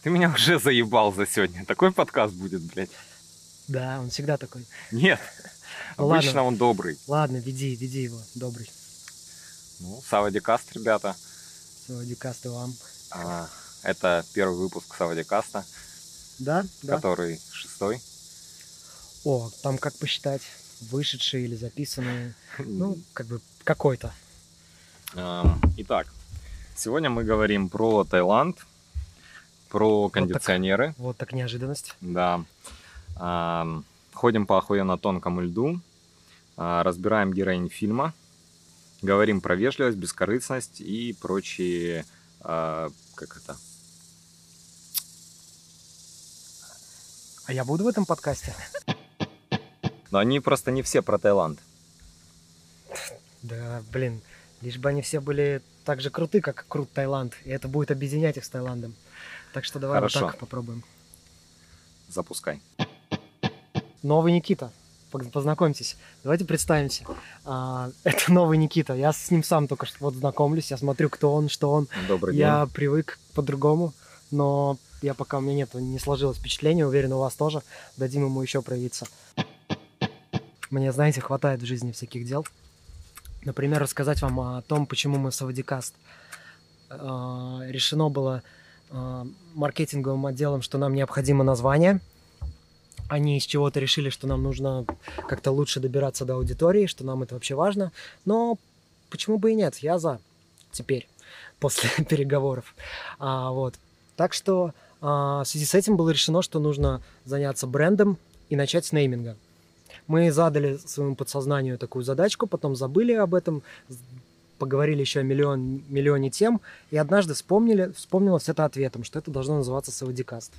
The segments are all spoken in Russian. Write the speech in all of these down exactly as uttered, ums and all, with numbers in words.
Ты меня уже заебал за сегодня. Такой подкаст будет, блядь. Да, он всегда такой. Нет, Ну, обычно ладно. он добрый. Ладно, веди, веди его, добрый. Ну, Саввадикаст, ребята. Саввадикаст и вам. А, это первый выпуск Саввадикаста, Да, да. который шестой. О, там как посчитать, вышедшие или записанные, ну, как бы какой-то. Ам, Итак, сегодня мы говорим про Таиланд, про кондиционеры. Вот так, вот так неожиданность. Да. Ам, Ходим по охуенно тонкому льду, а, разбираем героинь фильма, говорим про вежливость, бескорыстность и прочие, а, как это, А я буду в этом подкасте? но они просто не все про Таиланд. Да, блин, лишь бы они все были так же круты, как крут Таиланд, и это будет объединять их с Таиландом. Так что давай Хорошо. вот так попробуем. Запускай. Новый Никита. Познакомьтесь. Давайте представимся. А, это новый Никита. Я с ним сам только что вот знакомлюсь. Я смотрю, кто он, что он. Добрый Я день. привык по-другому, но я пока у меня нет, не сложилось впечатление. Уверен, у вас тоже. Дадим ему еще проявиться. Мне, знаете, хватает в жизни всяких дел. Например, рассказать вам о том, почему мы Саввадикаст. А, решено было а, маркетинговым отделом, что нам необходимо название. Они из чего-то решили, что нам нужно как-то лучше добираться до аудитории, что нам это вообще важно. Но почему бы и нет? Я за теперь, после переговоров. А, вот. Так что а, в связи с этим было решено, что нужно заняться брендом и начать с нейминга. Мы задали своему подсознанию такую задачку, потом забыли об этом, поговорили еще о миллион, миллионе тем, и однажды вспомнили, вспомнилось это ответом, что это должно называться Саввадикаст.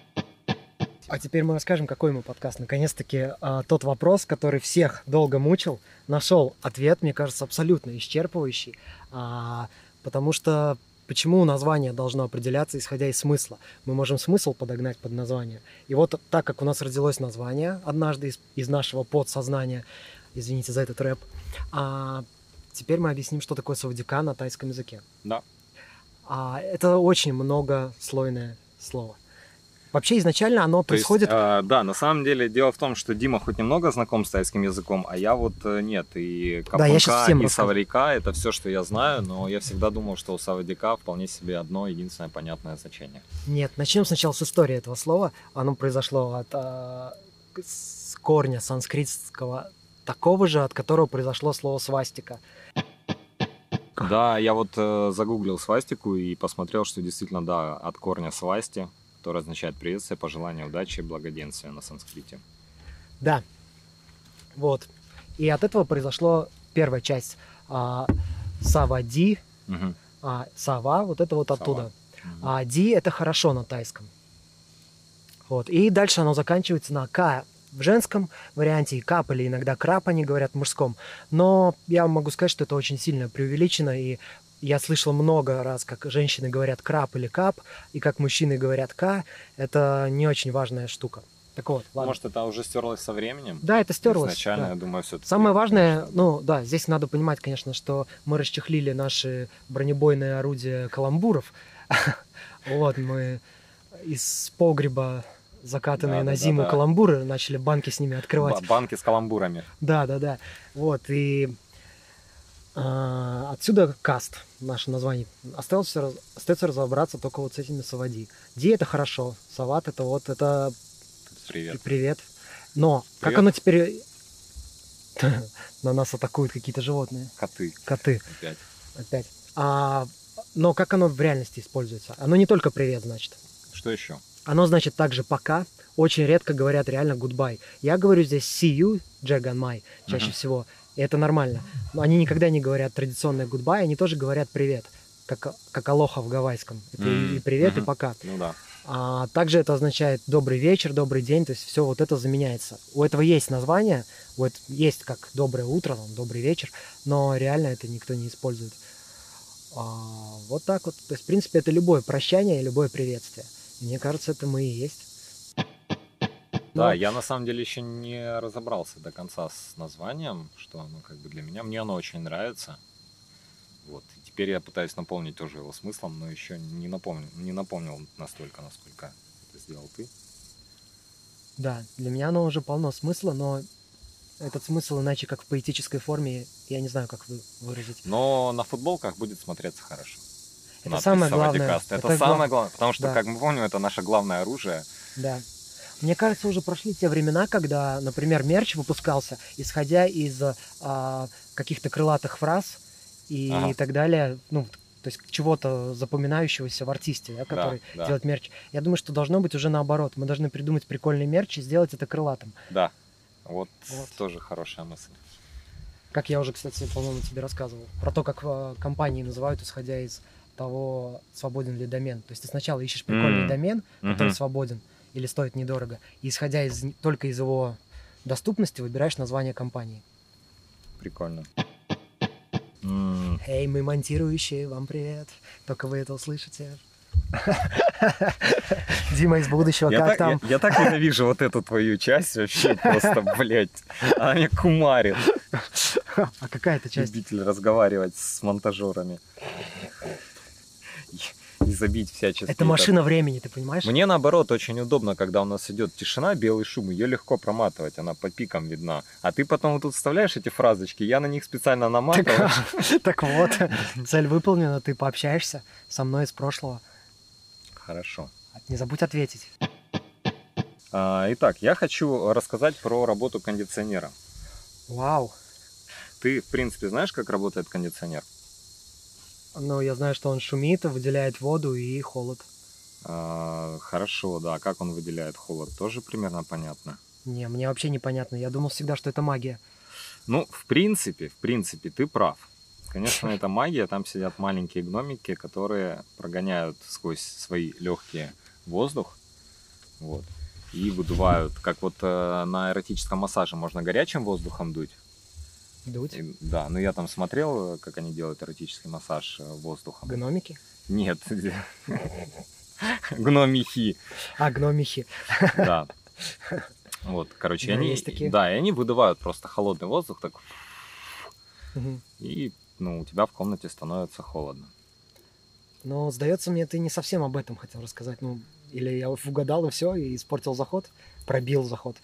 А теперь мы расскажем, какой мы подкаст. Наконец-таки а, тот вопрос, который всех долго мучил, нашел ответ, мне кажется, абсолютно исчерпывающий. А, потому что почему название должно определяться, исходя из смысла? Мы можем смысл подогнать под название. И вот так как у нас родилось название однажды из, из нашего подсознания, извините за этот рэп, а, теперь мы объясним, что такое саввадика на тайском языке. Да. А, это очень многослойное слово. Вообще изначально оно То происходит... есть, э, да, на самом деле дело в том, что Дима хоть немного знаком с тайским языком, а я вот э, нет. И Да, я щас капунка, всем и расскажу. саввадика — это все, что я знаю, но я всегда думал, что у саввадика вполне себе одно единственное понятное значение. Нет, начнем сначала с истории этого слова. Оно произошло от а, с корня санскритского, такого же, от которого произошло слово свастика. Да, я вот э, загуглил свастику и посмотрел, что действительно, да, от корня свасти, который означает приветствие, пожелание удачи и благоденствия на санскрите. Да, вот. И от этого произошло первая часть а, савади, Угу. а, сава, вот это вот Сава. оттуда. Угу. А ди это хорошо на тайском. Вот. И дальше оно заканчивается на ка в женском варианте, и кап или иногда крап они говорят в мужском. Но я могу сказать, что это очень сильно преувеличено, и я слышал много раз, как женщины говорят крап или кап, и как мужчины говорят ка. Это не очень важная штука. Так вот, ладно. Может, это уже стерлось со временем? Да, это стерлось. Изначально, Да. я думаю, все-таки. Самое важное, ну да, здесь надо понимать, конечно, что мы расчехлили наши бронебойные орудия каламбуров. Вот, мы из погреба, закатанные Да, на да, зиму да, да. каламбуры, начали банки с ними открывать. Ба- банки с каламбурами. Да, да, да. Вот, и а, отсюда каст, наше название. Осталось, раз- остается разобраться только вот с этими савади. Ди это хорошо, сават это вот, это Привет. привет. Но как Привет. оно теперь... На нас атакуют какие-то животные. Коты. Коты Опять. опять. А, но как оно в реальности используется? Оно не только привет, значит. Что еще? Оно значит также пока. Очень редко говорят реально goodbye. Я говорю здесь see you, Jack and my, чаще Мгм. всего. И это нормально. Но они никогда не говорят традиционное goodbye, они тоже говорят привет. Как, как алоха в гавайском. Это и- и привет, и Мгм. пока. Ну да. А также это означает добрый вечер, добрый день, то есть все вот это заменяется. У этого есть название, у этого есть как доброе утро, там, добрый вечер, но реально это никто не использует. А, вот так вот. То есть, в принципе, это любое прощание и любое приветствие. Мне кажется, это мы и есть. Да, Но- я на самом деле еще не разобрался до конца с названием, что оно как бы для меня. Мне оно очень нравится. Вот. И теперь я пытаюсь наполнить тоже его смыслом, но еще не напомнил, не напомнил настолько, насколько это сделал ты. Да, для меня оно уже полно смысла, но этот смысл иначе как в поэтической форме, я не знаю, как вы выразить. Но на футболках будет смотреться хорошо. Это Надпись самое главное. Саввадикаст. Это, Это самое гла- главное, потому что, да. как мы помним, это наше главное оружие. Да. Мне кажется, уже прошли те времена, когда, например, мерч выпускался, исходя из а, каких-то крылатых фраз и Ага. так далее, ну, то есть чего-то запоминающегося в артисте, да, который да. делает мерч. Я думаю, что должно быть уже наоборот. Мы должны придумать прикольный мерч и сделать это крылатым. Да, вот, Вот. тоже хорошая мысль. Как я уже, кстати, по-моему, тебе рассказывал. Про то, как э, компании называют, исходя из того, свободен ли домен. То есть ты сначала ищешь прикольный М. домен, который Мгм. свободен или стоит недорого. И исходя из, только из его доступности выбираешь название компании. Прикольно. М. Эй, мы монтирующие, вам привет. Только вы это услышите. Дима из будущего, Я как так, там? я, я так ненавижу вот эту твою часть вообще просто, блядь. Она меня кумарит. А какая это часть? Любитель разговаривать с монтажерами. И забить всячески. Это машина времени, ты понимаешь? Мне наоборот очень удобно, когда у нас идет тишина, белый шум, ее легко проматывать, она по пикам видна. А ты потом вот тут вставляешь эти фразочки, я на них специально наматываю. Так, так вот, цель выполнена, ты пообщаешься со мной из прошлого. Хорошо. Не забудь ответить. А, итак, я хочу рассказать про работу кондиционера. Вау. Ты, в принципе, знаешь, как работает кондиционер? Ну, я знаю, что он шумит, выделяет воду и холод. А, хорошо, да. Как он выделяет холод, тоже примерно понятно. Не, мне вообще непонятно. Я думал всегда, что это магия. Ну, в принципе, в принципе, ты прав. Конечно, это магия. Там сидят маленькие гномики, которые прогоняют сквозь свои легкие воздух. Вот. И выдувают, как вот э, на эротическом массаже можно горячим воздухом дуть. Дуть? И, да, но я там смотрел, как они делают эротический массаж э, воздухом. Гномики? Нет, гномихи. А, гномихи. Да. Вот, короче, Да, они, есть такие. да, и они выдувают просто холодный воздух, так, Мгм. и, ну, у тебя в комнате становится холодно. Но, сдается мне, ты не совсем об этом хотел рассказать. Ну, или я угадал и все, и испортил заход, пробил заход.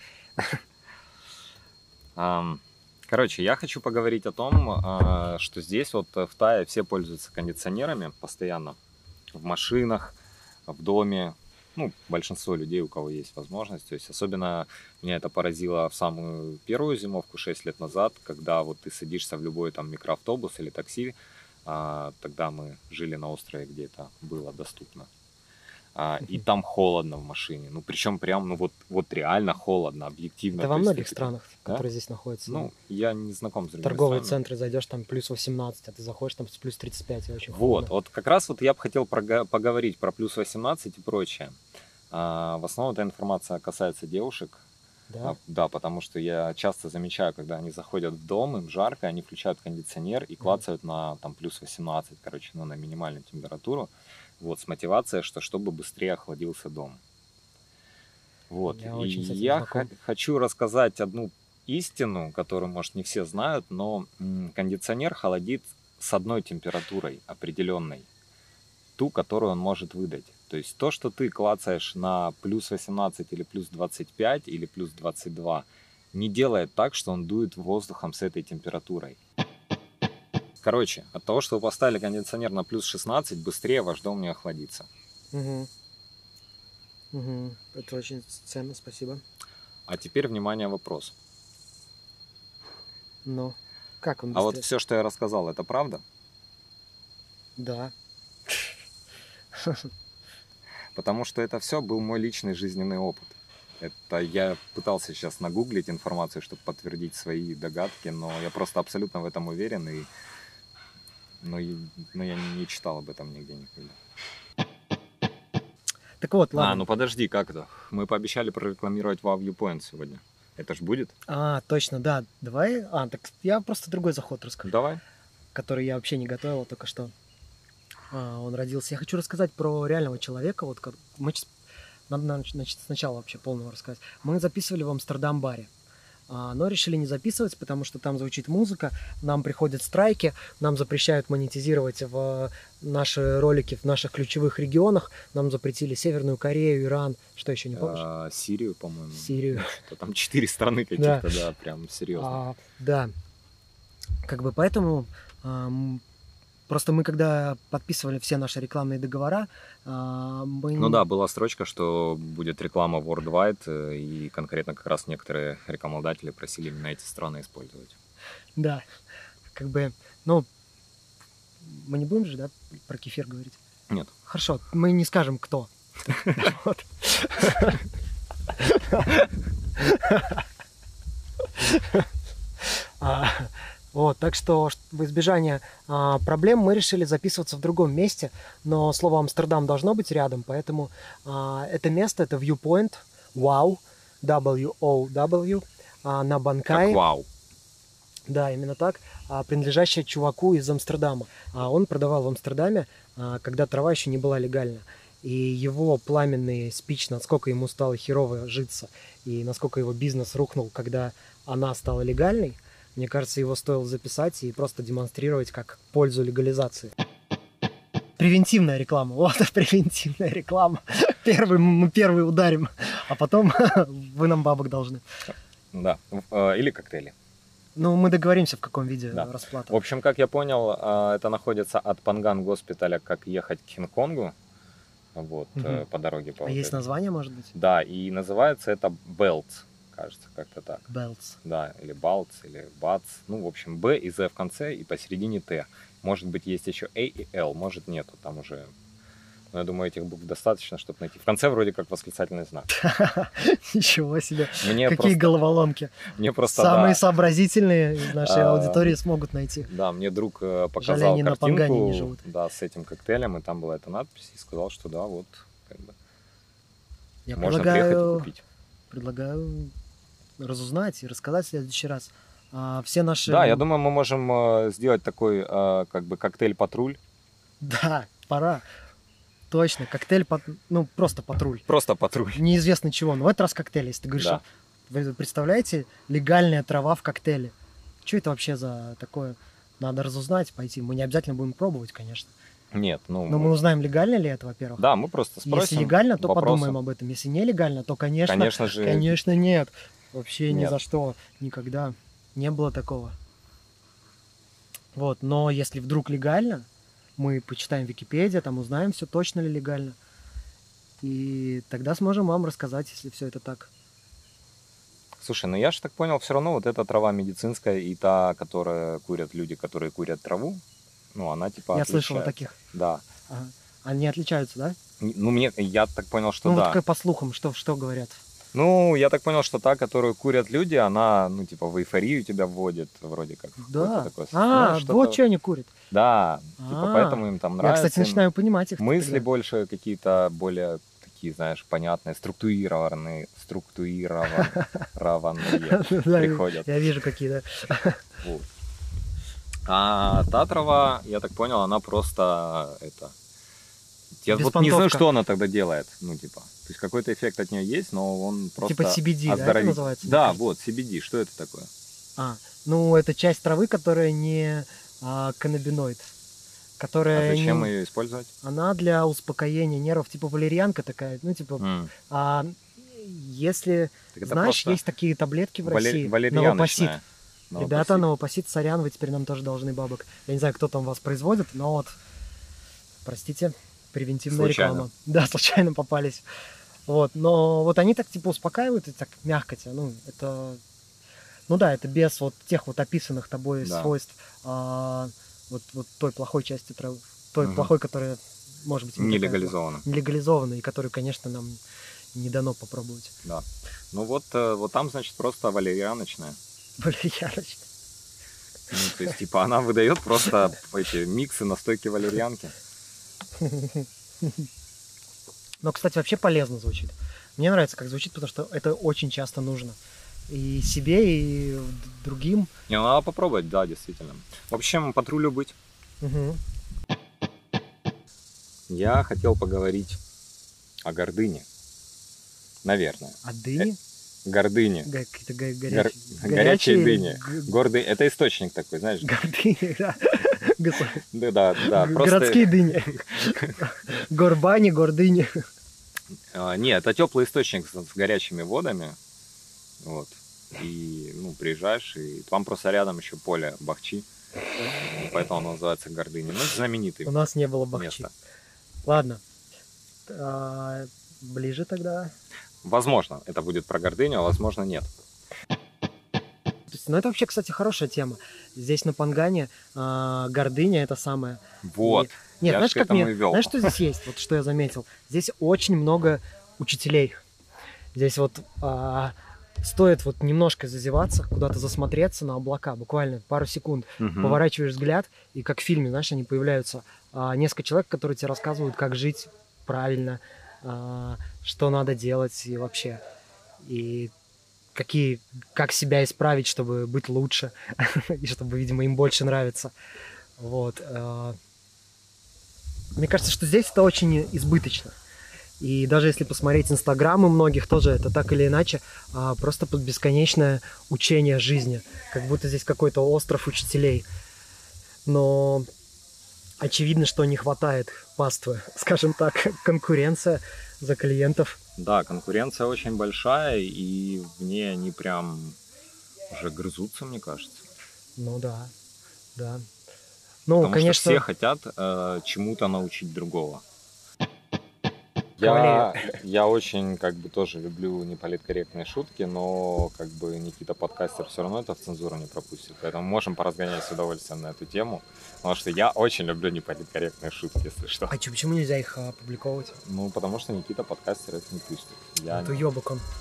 Ам, Короче, я хочу поговорить о том, а, что здесь вот в Тае все пользуются кондиционерами постоянно. В машинах, в доме. Ну, большинство людей, у кого есть возможность. То есть особенно меня это поразило в самую первую зимовку шесть лет назад, когда вот ты садишься в любой там микроавтобус или такси. А, тогда мы жили на острове, где это было доступно. А, и там холодно в машине. Ну, причем прям, ну вот, вот реально холодно, объективно. Это То во есть многих это- странах, Да? которые здесь находятся. Ну, я не знаком с другими Торговые странами. центры зайдешь, там плюс восемнадцать, а ты заходишь, там с плюс тридцать пять, и очень Вот, холодно. вот как раз вот я бы хотел прога- поговорить про плюс восемнадцать и прочее. А, в основном эта информация касается девушек. Да? А, да, потому что я часто замечаю, когда они заходят в дом, им жарко, они включают кондиционер и клацают на там плюс восемнадцать, короче, ну, на минимальную температуру. Вот, с мотивацией, что чтобы быстрее охладился дом. Вот. Я И очень с этим я знаком. х- хочу рассказать одну истину, которую, может, не все знают, но м, кондиционер холодит с одной температурой определенной, ту, которую он может выдать. То есть то, что ты клацаешь на плюс восемнадцать или плюс двадцать пять или плюс двадцать два, не делает так, что он дует воздухом с этой температурой. Короче, от того, что вы поставили кондиционер на плюс шестнадцать, быстрее ваш дом не охладится. Угу. Угу. Это очень ценно, спасибо. А теперь, внимание, вопрос. Но как он А вот быстрее? все, что я рассказал, это правда? Да. Потому что это все был мой личный жизненный опыт. Это я пытался сейчас нагуглить информацию, чтобы подтвердить свои догадки, но я просто абсолютно в этом уверен, и... но, и... но я не читал об этом нигде никогда. Так вот, ладно. А, ну подожди, как это? Мы пообещали прорекламировать Wow Viewpoint сегодня. Это ж будет? А, точно, да. Давай. А, так я просто другой заход расскажу, Давай. который я вообще не готовил только что. А, он родился. Я хочу рассказать про реального человека. Вот как мы щас- надо, нач- значит, сначала вообще полного рассказать. Мы записывали в Амстердам-баре. А, но решили не записывать, потому что там звучит музыка, нам приходят страйки, нам запрещают монетизировать в наши ролики в наших ключевых регионах, нам запретили Северную Корею, Иран, что еще не помнишь? А, Сирию, по-моему. Сирию. Там четыре страны каких-то, да, да прям серьезно. А, да, как бы поэтому... Ам, Просто мы, когда подписывали все наши рекламные договора, мы... Ну да, была строчка, что будет реклама worldwide, и конкретно как раз некоторые рекламодатели просили именно эти страны использовать. Да, как бы, ну, мы не будем же, да, про кефир говорить? Нет. Хорошо, мы не скажем, кто. Вот, так что в избежание а, проблем мы решили записываться в другом месте, но слово Амстердам должно быть рядом, поэтому а, это место, это Viewpoint, Wow, W O W, а, на Банкай. Как вау. Да, именно так, а, принадлежащее чуваку из Амстердама. А, он продавал в Амстердаме, а, когда трава еще не была легальна. И его пламенный спич, насколько ему стало херово житься, и насколько его бизнес рухнул, когда она стала легальной, мне кажется, его стоило записать и просто демонстрировать как пользу легализации. Превентивная реклама. Вот, превентивная реклама. Первый, мы первый ударим, а потом вы нам бабок должны. Да, или коктейли. Ну, мы договоримся, в каком виде да. расплата. В общем, как я понял, это находится от Панган госпиталя, как ехать к Хинконгу. Вот, угу. По дороге. По а вот есть это. Название, может быть? Да, и называется это Белтс. Кажется, как-то так. Белтс. Да, или Балц, или Бац. Ну, в общем, Б и З в конце, и посередине Т. Может быть, есть еще А и Л, может, нету. Там уже, ну, я думаю, этих букв достаточно, чтобы найти. В конце вроде как восклицательный знак. Ничего себе. Мне Какие просто... головоломки. Мне просто, Самые да. сообразительные из нашей аудитории смогут найти. Да, мне друг показал Жаль, картинку не живут. Да, с этим коктейлем, и там была эта надпись, и сказал, что да, вот, как бы, я можно предлагаю... приехать и купить. Предлагаю разузнать и рассказать в следующий раз. А, все наши... Да, я думаю, мы можем сделать такой, как бы, коктейль-патруль. Да, пора. Точно, коктейль, ну, просто патруль. Просто патруль. Неизвестно чего, но в этот раз коктейль, если ты говоришь, да. Вы представляете, легальная трава в коктейле. Что это вообще за такое? Надо разузнать, пойти. Мы не обязательно будем пробовать, конечно. Нет, ну... Но мы узнаем, легально ли это, во-первых. Да, мы просто спросим. Если легально, то вопросом. подумаем об этом. Если нелегально, то, конечно, конечно же... Конечно, нет. Вообще нет. ни за что. Никогда не было такого. Вот, но если вдруг легально, мы почитаем Википедию, там узнаем, все точно ли легально. И тогда сможем вам рассказать, если все это так. Слушай, ну я же так понял, все равно вот эта трава медицинская и та, которая курят люди, которые курят траву, ну она типа Я отличается. слышал о таких. Да. Ага. Они отличаются, да? Ну мне, я так понял, что ну, да. Ну вот по слухам, что, что говорят? Ну, я так понял, что та, которую курят люди, она, ну, типа, в эйфорию тебя вводит, вроде как. Да. Такое, а, ну, вот что они курят. Да, А-а-а. типа, поэтому им там нравится. Я, кстати, начинаю понимать их. Мысли тогда. больше какие-то более такие, знаешь, понятные, структурированные, структурированные приходят. Я вижу какие, да. А та трава, я так понял, она просто это... Я вот не знаю, что она тогда делает, ну, типа, то есть какой-то эффект от нее есть, но он просто Типа си би ди, оздоровит. Да, это называется? Да, вот, си би ди, что это такое? А, ну, это часть травы, которая не а, каннабиноид. Которая а зачем не... ее использовать? Она для успокоения нервов, типа валерьянка такая, ну, типа, mm. а, если, знаешь, есть такие таблетки в России, Новопосит. Ребята, Новопосит, сорян, вы теперь нам тоже должны бабок. Я не знаю, кто там вас производит, но вот, простите, превентивная случайно. реклама. Да, случайно попались. Вот, но вот они так типа успокаивают и так мягко тебя, ну, это, ну да, это без вот тех вот описанных тобой да. свойств, а, вот, вот той плохой части травы, той угу. плохой, которая, может быть, не легализована. Не легализована, и которую, конечно, нам не дано попробовать. Да. Ну вот, вот там, значит, просто валерьяночная. Валерьяночная. Ну, то есть, типа, она выдает просто эти миксы настойки валерьянки. Но, кстати, вообще полезно звучит. Мне нравится, как звучит, потому что это очень часто нужно. И себе, и другим. Не, ну, надо попробовать, да, действительно. В общем, патрулю быть. Угу. Я хотел поговорить о гордыне. Наверное. О дыне? Гордыни. Га- Какие-то га- Гор- горячие... Горячие дыни. г- Гордый, это источник такой, знаешь? Гордыни, да. Гос- Да, да, да. г- Просто Городские дыни. Горбани, гордыни. а, не, это теплый источник с, с горячими водами. Вот. И, ну, приезжаешь, и там просто рядом еще поле Бахчи. И поэтому оно называется Гордыни. Ну, знаменитый У нас не было бахчи. место. Ладно. А, Ближе тогда. Возможно, это будет про гордыню, а возможно, нет. То есть, ну, это вообще, кстати, хорошая тема. Здесь на Пангане а, гордыня это самое. Вот. И- Нет, я знаешь, ж к как этому мне, и вел. знаешь, что здесь есть? Вот что я заметил. Здесь очень много учителей. Здесь вот а, стоит вот немножко зазеваться, куда-то засмотреться на облака, буквально пару секунд. Мгм. Поворачиваешь взгляд, и как в фильме, знаешь, они появляются. а, несколько человек, которые тебе рассказывают, как жить правильно, а, что надо делать и вообще. И какие, как себя исправить, чтобы быть лучше, и чтобы, видимо, им больше нравится. Вот. а. Мне кажется, что здесь это очень избыточно. И даже если посмотреть инстаграмы многих, тоже это так или иначе а, просто под бесконечное учение жизни. Как будто здесь какой-то остров учителей. Но очевидно, что не хватает паствы. Скажем так, конкуренция за клиентов. Да, конкуренция очень большая, и в ней они прям уже грызутся, мне кажется. Ну да, да. Ну, Потому конечно, что все хотят э, чему-то научить другого. Я, Кавалерия. я очень как бы тоже люблю неполиткорректные шутки, но как бы Никита подкастер все равно это в цензуру не пропустит. Поэтому можем поразгонять с удовольствием на эту тему. Потому что я очень люблю неполиткорректные шутки, если что. А чё, почему нельзя их а, опубликовывать? Ну, потому что Никита подкастер это не пустит. Я Это не- ёбок он.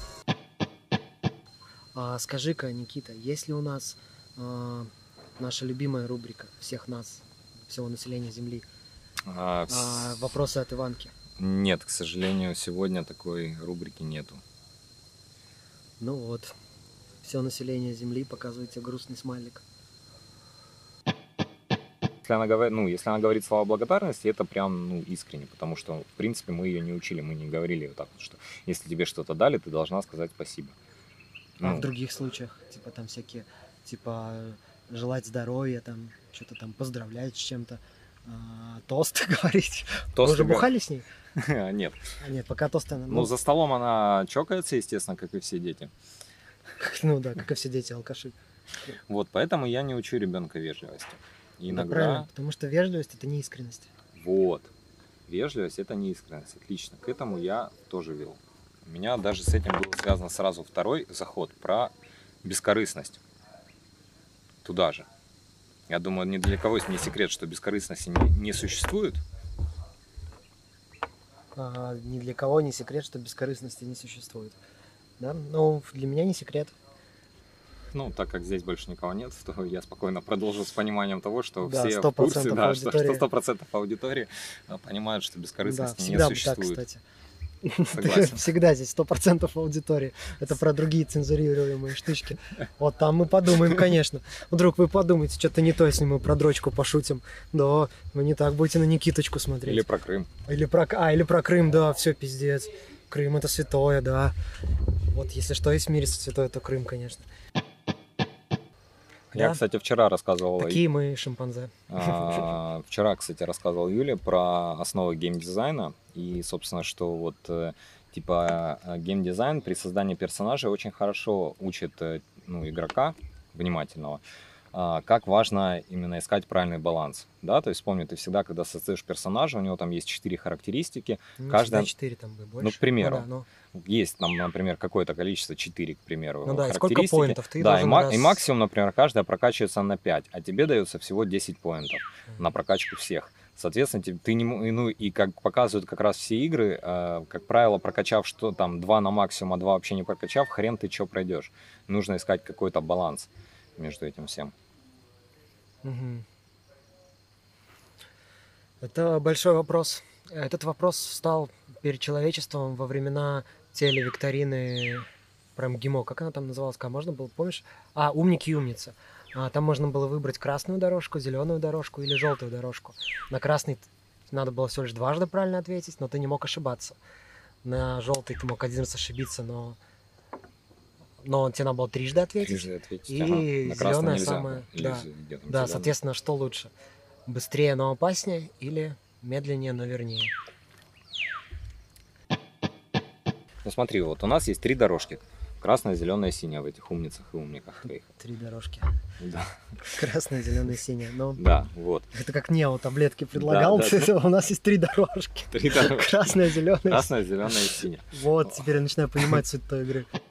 А, скажи-ка, Никита, есть ли у нас а, наша любимая рубрика всех нас, всего населения Земли, А, вс- а, вопросы от Иванки? Нет, к сожалению, сегодня такой рубрики нету. Ну вот, все население Земли показывает тебе грустный смайлик. Если она говорит, ну, если она говорит слова благодарности, это прям, ну, искренне, потому что, в принципе, мы ее не учили, мы не говорили вот так вот, что если тебе что-то дали, ты должна сказать спасибо. А Ну, в других случаях, типа там всякие, типа желать здоровья, там что-то там поздравлять с чем-то, а, тосты говорить. Вы тосты уже го- бухали с ней? Нет. А нет, пока тосты... Ну, за столом она чокается, естественно, как и все дети. ну да, как и все дети, алкаши. Вот, поэтому я не учу ребенка вежливости. Да, Иногда, правильно, потому что вежливость это не искренность. вот, вежливость это не искренность, отлично. К этому я тоже вел. У меня даже с этим был связан сразу второй заход про бескорыстность. Туда же. Я думаю, ни для кого не секрет, что бескорыстности не, не существует. А, ни для кого не секрет, что бескорыстности не существует. Да? Ну, для меня не секрет. Ну, так как здесь больше никого нет, то я спокойно продолжу с пониманием того, что Да, все сто в курсе, процентов да, что аудитория. что сто процентов аудитории а, понимают, что Да, бескорыстности не всегда так, существует. кстати. Согласен. Всегда здесь сто процентов аудитории. Это про другие цензурируемые штучки. Вот там мы подумаем, конечно. Вдруг вы подумаете, что-то не то, если мы про дрочку пошутим. Да, вы не так будете на Никиточку смотреть. Или про Крым. Или про, а, или про Крым, да, все, пиздец. Крым это святое, да. Вот если что есть в мире святое, то Крым, конечно. Я, Да. кстати, вчера рассказывал... Такие мы шимпанзе. а, Вчера, кстати, рассказывал Юле про основы геймдизайна. И, собственно, что вот э, типа э, геймдизайн при создании персонажа очень хорошо учит э, ну, игрока внимательного, а, как важно именно искать правильный баланс. Да, то есть вспомни, ты всегда, когда создаешь персонажа, у него там есть четыре характеристики. Ну, Каждая- всегда четыре там бы больше. Ну, к примеру. Ну, да, ну. Есть там, например, какое-то количество, четыре, к примеру, Ну да, и сколько характеристики. поинтов ты Да, и, должен ма- раз- и максимум, например, каждая прокачивается на пять, а тебе дается всего десять поинтов Мгм. на прокачку всех. Соответственно, те- ты не, м- и, ну и как показывают как раз все игры, э, как правило, прокачав что там два на максимум, а два вообще не прокачав, хрен ты что пройдешь. Нужно искать какой-то баланс между этим всем. Мгм. Это большой вопрос. Этот вопрос встал перед человечеством во времена телевикторины про МГИМО. Как она там называлась? Как можно было, помнишь? А, умники и умницы. А, там можно было выбрать красную дорожку, зеленую дорожку или желтую дорожку. На красный т- надо было всего лишь дважды правильно ответить, но ты не мог ошибаться. На желтый ты мог один раз ошибиться, но Но тебе надо было трижды ответить. Трижды ответить. И Ага. На красный зеленая нельзя самая... было. Или Да, где там да, зелёный? соответственно, что лучше? Быстрее, но опаснее или медленнее, но вернее? Ну смотри, вот у нас есть три дорожки. Красная, зеленая, синяя в этих умницах и умниках твоих. Три дорожки. Да, Красная, зеленая, синяя. Ну, да, вот. это как Нео таблетки предлагал. Да, да, У нас есть три дорожки. Три дорожки. Красная, зеленая. Красная, зеленая и синяя. Вот, теперь я начинаю понимать суть той игры.